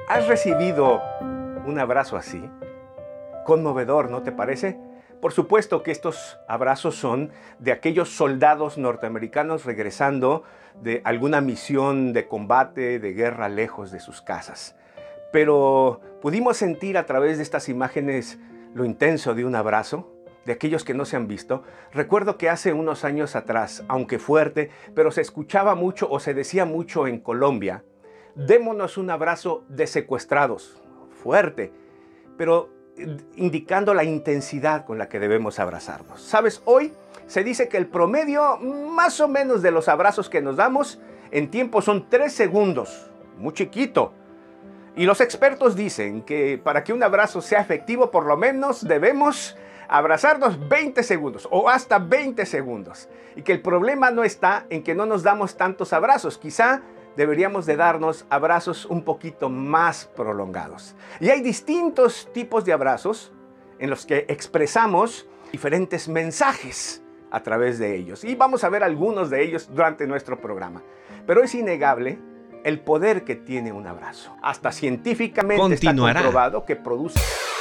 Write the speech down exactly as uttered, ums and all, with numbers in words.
¿Has recibido un abrazo así? Conmovedor, ¿no te parece? Por supuesto que estos abrazos son de aquellos soldados norteamericanos regresando de alguna misión de combate, de guerra lejos de sus casas. Pero pudimos sentir a través de estas imágenes lo intenso de un abrazo, de aquellos que no se han visto. Recuerdo que hace unos años atrás, aunque fuerte, pero se escuchaba mucho o se decía mucho en Colombia: démonos un abrazo de secuestrados. Fuerte, pero indicando la intensidad con la que debemos abrazarnos. ¿Sabes? Hoy se dice que el promedio más o menos de los abrazos que nos damos en tiempo son tres segundos, muy chiquito. Y los expertos dicen que para que un abrazo sea efectivo, por lo menos debemos abrazarnos veinte segundos o hasta veinte segundos. Y que el problema no está en que no nos damos tantos abrazos. Quizá deberíamos de darnos abrazos un poquito más prolongados. Y hay distintos tipos de abrazos en los que expresamos diferentes mensajes a través de ellos. Y vamos a ver algunos de ellos durante nuestro programa. Pero es innegable el poder que tiene un abrazo. Hasta científicamente está comprobado que produce...